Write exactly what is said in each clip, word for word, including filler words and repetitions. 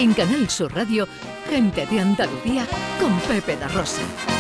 En Canal Sur Radio, Gente de Andalucía con Pepe da Rosa.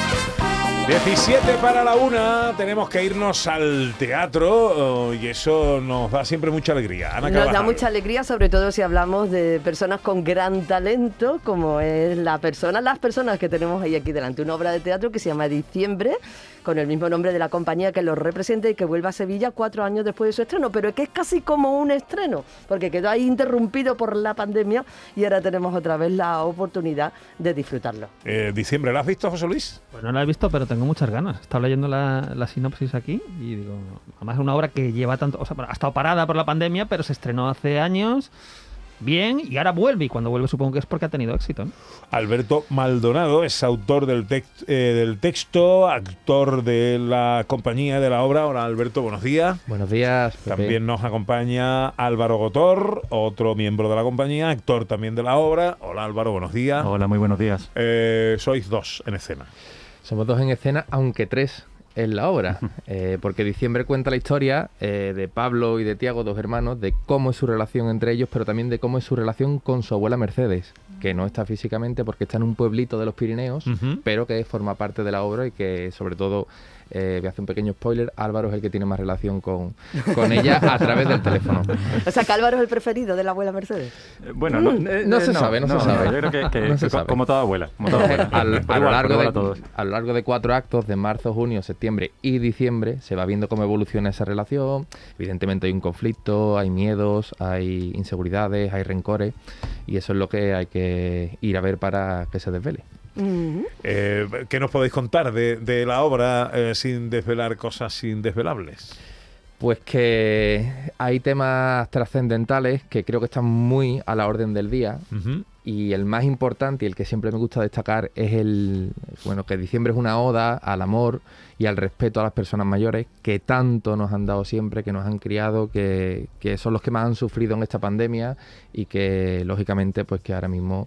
diecisiete para la una, tenemos que irnos al teatro oh, y eso nos da siempre mucha alegría. Ana Nos Carvajal. da mucha alegría, sobre todo si hablamos de personas con gran talento, como es la persona, las personas que tenemos ahí aquí delante. Una obra de teatro que se llama Diciembre, con el mismo nombre de la compañía que lo representa y que vuelve a Sevilla cuatro años después de su estreno, pero es que es casi como un estreno, porque quedó ahí interrumpido por la pandemia y ahora tenemos otra vez la oportunidad de disfrutarlo. Eh, diciembre, ¿la has visto, José Luis? Pues no la he visto, pero tengo muchas ganas. Estaba leyendo la, la sinopsis aquí y digo, además es una obra que lleva tanto, o sea, ha estado parada por la pandemia, pero se estrenó hace años, bien, y ahora vuelve, y cuando vuelve supongo que es porque ha tenido éxito, ¿no? Alberto Maldonado es autor del, text, eh, del texto, actor de la compañía de la obra. Hola Alberto, buenos días. Buenos días, Pepe. También nos acompaña Álvaro Gotor, otro miembro de la compañía, actor también de la obra. Hola Álvaro, buenos días. Hola, muy buenos días. Eh, sois dos en escena. Somos dos en escena, aunque tres en la obra, eh, porque Diciembre cuenta la historia eh, de Pablo y de Tiago, dos hermanos, de cómo es su relación entre ellos, pero también de cómo es su relación con su abuela Mercedes, que no está físicamente porque está en un pueblito de los Pirineos, Uh-huh. pero que forma parte de la obra y que sobre todo, eh, voy a hacer un pequeño spoiler, Álvaro es el que tiene más relación con, con ella a través del teléfono. O sea, que Álvaro es el preferido de la abuela Mercedes. Eh, Bueno, no, eh, No eh, se sabe, no se sabe. Yo creo que, que- No se que co- sabe. como toda abuela. Como toda abuela. Al- Pero a, lo igual, largo por igual de, a todos. a lo largo de cuatro actos de marzo, junio, septiembre y diciembre se va viendo cómo evoluciona esa relación. Evidentemente hay un conflicto, hay miedos, hay inseguridades, hay rencores y eso es lo que hay que ir a ver para que se desvele. Uh-huh. Eh, ¿Qué nos podéis contar de, de la obra eh, sin desvelar cosas indesvelables? Pues que hay temas trascendentales que creo que están muy a la orden del día. Uh-huh. Y el más importante y el que siempre me gusta destacar es el, bueno, que Diciembre es una oda al amor y al respeto a las personas mayores que tanto nos han dado siempre, que nos han criado, que, que son los que más han sufrido en esta pandemia y que lógicamente pues que ahora mismo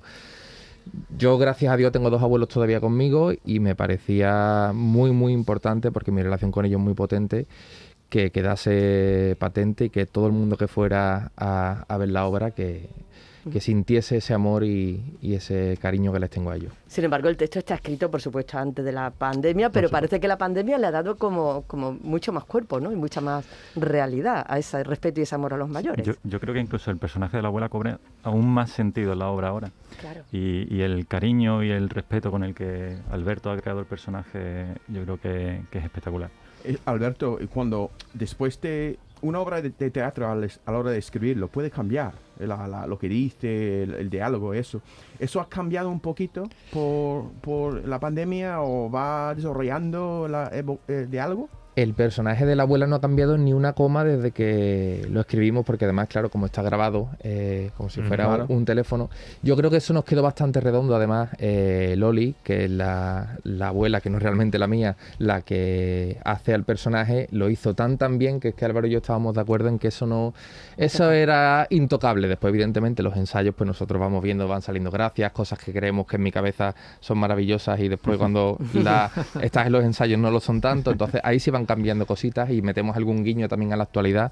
yo gracias a Dios tengo dos abuelos todavía conmigo y me parecía muy muy importante porque mi relación con ellos es muy potente que quedase patente y que todo el mundo que fuera a, a ver la obra que que sintiese ese amor y, y ese cariño que les tengo a ellos. Sin embargo, el texto está escrito, por supuesto, antes de la pandemia, pero parece que la pandemia le ha dado como, como mucho más cuerpo, ¿no? Y mucha más realidad a ese respeto y ese amor a los mayores. Yo, yo creo que incluso el personaje de la abuela cobra aún más sentido en la obra ahora. Claro. Y, y el cariño y el respeto con el que Alberto ha creado el personaje, yo creo que, que es espectacular. Eh, Alberto, cuando después de una obra de, de teatro, al es- a la hora de escribirlo, puede cambiar la- la- lo que dice, el, el diálogo, eso. ¿Eso ha cambiado un poquito por, por la pandemia o va desarrollando la, evo- el diálogo? El personaje de la abuela no ha cambiado ni una coma desde que lo escribimos, porque además, claro, como está grabado, eh, como si Mm, fuera claro. un, un teléfono, yo creo que eso nos quedó bastante redondo. Además, eh, Loli, que es la, la abuela, que no es realmente la mía, la que hace al personaje, lo hizo tan tan bien que es que Álvaro y yo estábamos de acuerdo en que eso no, eso era intocable. Después, evidentemente, los ensayos, pues nosotros vamos viendo, van saliendo gracias, cosas que creemos que en mi cabeza son maravillosas y después cuando la, estás en los ensayos no lo son tanto. Entonces ahí sí van cambiando cositas y metemos algún guiño también a la actualidad,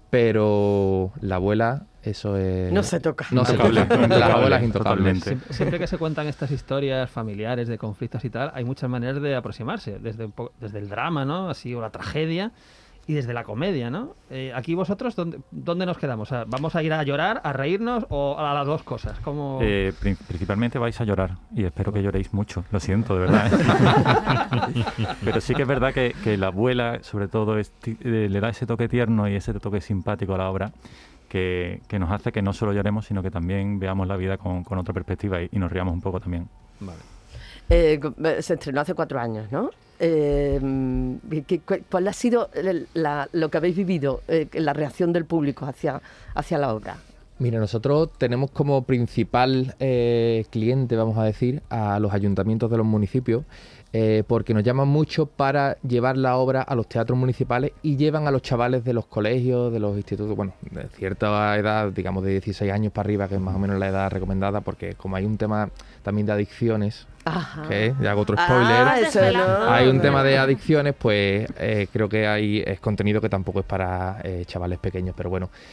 pero la abuela, eso es... No se toca. No se Intocable, toca. Las intocable, abuelas intocables. totalmente. Siempre, siempre que se cuentan estas historias familiares de conflictos y tal, hay muchas maneras de aproximarse, desde, un po- desde el drama, ¿no? Así, o la tragedia, y desde la comedia, ¿no? Eh, aquí vosotros, ¿dónde, ¿dónde nos quedamos? O sea, ¿vamos a ir a llorar, a reírnos o a las dos cosas? ¿Cómo... Eh, pri- principalmente vais a llorar y espero que lloréis mucho, lo siento, de verdad. ¿eh? Pero sí que es verdad que, que la abuela, sobre todo, es ti- eh, le da ese toque tierno y ese toque simpático a la obra que, que nos hace que no solo lloremos, sino que también veamos la vida con, con otra perspectiva y, y nos riamos un poco también. Vale. Eh, se estrenó hace cuatro años, ¿no? Eh, ¿qué- qué- ¿Cuál ha sido el- la- lo que habéis vivido, eh, la reacción del público hacia, hacia la obra? Mira, nosotros tenemos como principal eh, cliente, vamos a decir, a los ayuntamientos de los municipios, eh, porque nos llaman mucho para llevar la obra a los teatros municipales y llevan a los chavales de los colegios, de los institutos, bueno, de cierta edad, digamos de dieciséis años para arriba, que es más o menos la edad recomendada, porque como hay un tema también de adicciones, Ajá. que ya hago otro spoiler, Ah, eso no. hay un tema de adicciones, pues eh, creo que hay es contenido que tampoco es para eh, chavales pequeños, pero bueno.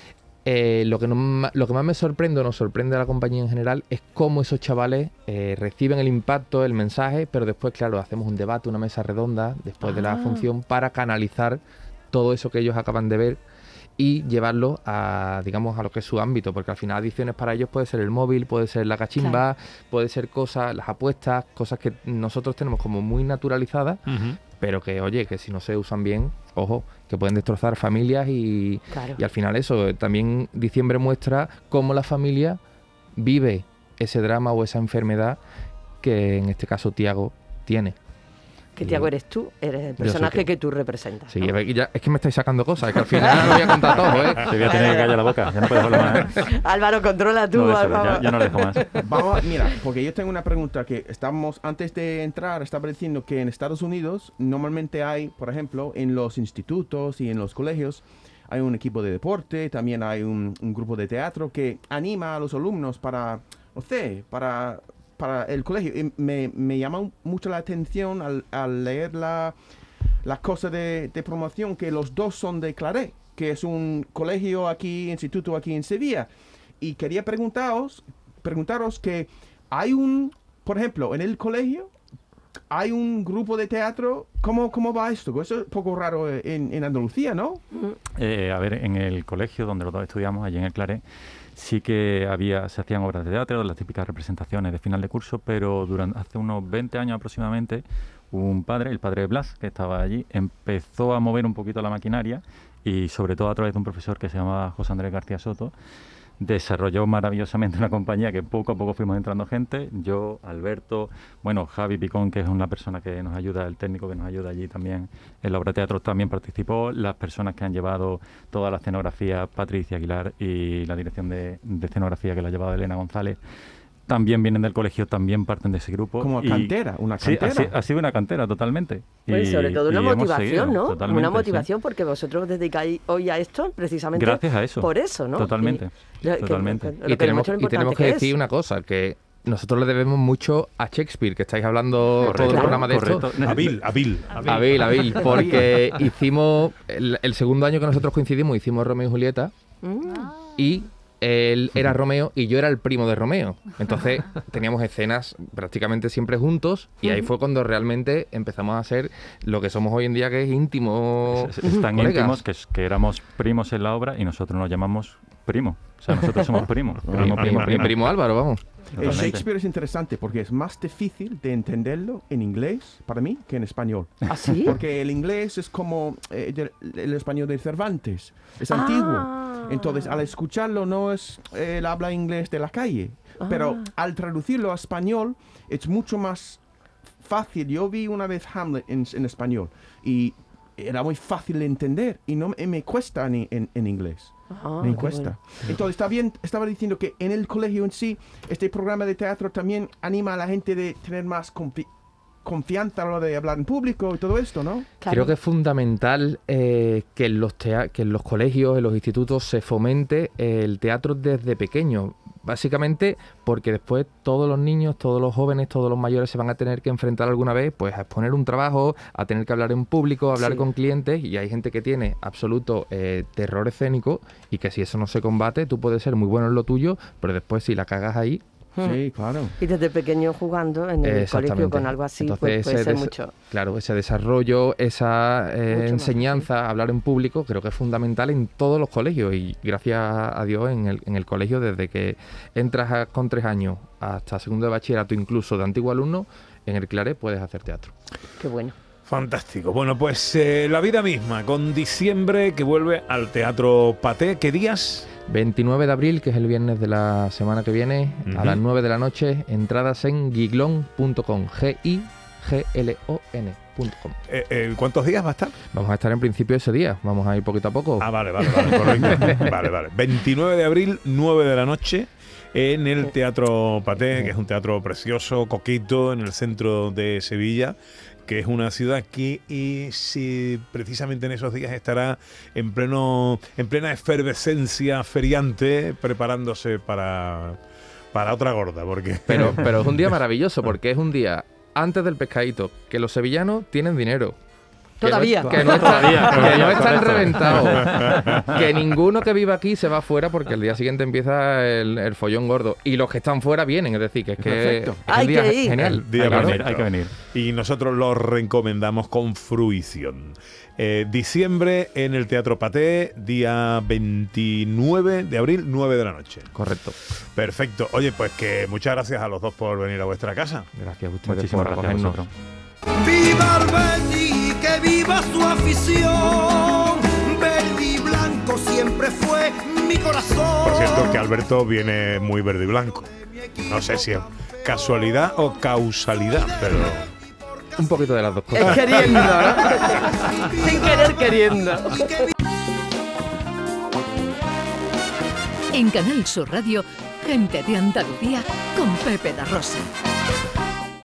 Eh, lo, que no, lo que más me sorprende o nos sorprende a la compañía en general es cómo esos chavales eh, reciben el impacto, el mensaje, pero después, claro, hacemos un debate, una mesa redonda después ah. de la función para canalizar todo eso que ellos acaban de ver y llevarlo a, digamos, a lo que es su ámbito, porque al final adicciones para ellos puede ser el móvil, puede ser la cachimba, claro. puede ser cosas, las apuestas, cosas que nosotros tenemos como muy naturalizadas, uh-huh. pero que, oye, que si no se usan bien, ojo, que pueden destrozar familias y, claro. y al final eso, también diciembre muestra cómo la familia vive ese drama o esa enfermedad que en este caso Tiago tiene. Que Tiago eres tú, eres el personaje que... que tú representas. Sí, ¿no? ya, es que me estáis sacando cosas, es que al final lo voy a contar todo, ¿eh? Te voy a tener que callar la boca, ya no puedes hablar más. ¿eh? Álvaro, controla tú. No, ya, ya no le dejo más. Vamos, mira, porque yo tengo una pregunta que estamos, antes de entrar, estaba diciendo que en Estados Unidos normalmente hay, por ejemplo, en los institutos y en los colegios, hay un equipo de deporte, también hay un, un grupo de teatro que anima a los alumnos para, no sé, para... para el colegio. Y me, me llama mucho la atención al, al leer la, la cosa de, de promoción que los dos son de Claret, que es un colegio aquí, instituto aquí en Sevilla. Y quería preguntaros, preguntaros que hay un, por ejemplo, en el colegio hay un grupo de teatro. ¿Cómo, cómo va esto? Eso es un poco raro en, en Andalucía, ¿no? Eh, a ver, en el colegio donde los dos estudiamos, allí en el Claret, sí que había, se hacían obras de teatro, las típicas representaciones de final de curso, pero durante hace unos veinte años aproximadamente, un padre, el padre de Blas, que estaba allí, empezó a mover un poquito la maquinaria y sobre todo a través de un profesor que se llamaba José Andrés García Soto, desarrolló maravillosamente una compañía que poco a poco fuimos entrando gente, yo, Alberto, bueno, Javi Picón, que es una persona que nos ayuda, el técnico que nos ayuda allí también en la obra de teatro, también participó, las personas que han llevado toda la escenografía, Patricia Aguilar, y la dirección de, de escenografía que la ha llevado Elena González, también vienen del colegio, también parten de ese grupo. Como y, cantera, una cantera. Sí, ha, ha sido una cantera, totalmente. Pues y, sobre todo una motivación, seguido, ¿no? Totalmente, una motivación sí. porque vosotros dedicáis hoy a esto precisamente gracias a eso. Por eso, ¿no? Totalmente, y, lo, totalmente. Que, que, y, tenemos, que y tenemos que, que decir una cosa, que nosotros le debemos mucho a Shakespeare, que estáis hablando correcto, todo el claro, programa de correcto. esto. A Bill, a Bill. A Bill, a Bill, porque hicimos, el, el segundo año que nosotros coincidimos, hicimos Romeo y Julieta, mm. y él era Romeo y yo era el primo de Romeo. Entonces teníamos escenas prácticamente siempre juntos y ahí fue cuando realmente empezamos a ser lo que somos hoy en día, que es íntimo. Es, es tan colegas. íntimos que, que éramos primos en la obra y nosotros nos llamamos primo. O sea, nosotros somos primos. Primo, primo, primo, primo Álvaro, vamos. El Shakespeare es interesante porque es más difícil de entenderlo en inglés, para mí, que en español. ¿Ah, sí? Porque el inglés es como eh, el, el español de Cervantes, es ah. antiguo. Entonces, al escucharlo no es eh, el habla inglés de la calle, ah. pero al traducirlo a español es mucho más fácil. Yo vi una vez Hamlet en, en español y era muy fácil de entender y no me, me cuesta ni en, en inglés. Ah, me cuesta. Bueno. Entonces, está bien, estaba diciendo que en el colegio en sí, este programa de teatro también anima a la gente de tener más confi- confianza a la hora de hablar en público y todo esto, ¿no? Claro. Creo que es fundamental eh, que, en los tea- que en los colegios, en los institutos, se fomente el teatro desde pequeño. Básicamente porque después todos los niños, todos los jóvenes, todos los mayores se van a tener que enfrentar alguna vez pues a exponer un trabajo, a tener que hablar en público, a hablar sí. con clientes, y hay gente que tiene absoluto eh, terror escénico y que si eso no se combate, tú puedes ser muy bueno en lo tuyo, pero después si la cagas ahí... Sí, claro. Y desde pequeño jugando en el colegio con algo así, entonces, pues puede ser des- mucho. Claro, ese desarrollo, esa eh, enseñanza, más, sí. hablar en público, creo que es fundamental en todos los colegios y gracias a Dios en el, en el colegio, desde que entras a, con tres años hasta segundo de bachillerato, incluso de antiguo alumno, en el Claret puedes hacer teatro. Qué bueno. Fantástico. Bueno, pues eh, la vida misma, con diciembre que vuelve al Teatro Paté. ¿Qué días? veintinueve de abril, que es el viernes de la semana que viene, uh-huh. a las nueve de la noche, entradas en giglon punto com, G I G L O N punto com. Eh, eh, ¿Cuántos días va a estar? Vamos a estar en principio ese día, vamos a ir poquito a poco. Ah, vale, vale, vale, correcto. vale, vale. veintinueve de abril, nueve de la noche, en el Teatro Paté, que es un teatro precioso, coquito, en el centro de Sevilla, que es una ciudad que y si precisamente en esos días estará en pleno en plena efervescencia feriante, preparándose para, para otra gorda, porque pero, pero es un día maravilloso, porque es un día antes del pescadito, que los sevillanos tienen dinero, Todavía. Que no, está, Todavía, que todavía, no están correcto. reventados. Que ninguno que viva aquí se va fuera porque el día siguiente empieza el, el follón gordo. Y los que están fuera vienen, es decir, que es que Perfecto. es un Hay día que ir. genial. El día Hay que perfecto. venir, hay que venir. Y nosotros lo recomendamos con fruición. Eh, diciembre en el Teatro Paté, día veintinueve de abril, nueve de la noche. Correcto. Perfecto. Oye, pues que muchas gracias a los dos por venir a vuestra casa. Gracias a ustedes Muchísimas por gracias a acogernos. vosotros. ¡Viva el Betis! ¡Que viva su afición! Verde y blanco siempre fue mi corazón. Por cierto, que Alberto viene muy verde y blanco. No sé si es casualidad o causalidad, pero... Un poquito de las dos Es cosas. queriendo, ¿no? Sin querer queriendo. En Canal Sur Radio, Gente de Andalucía con Pepe da Rosa.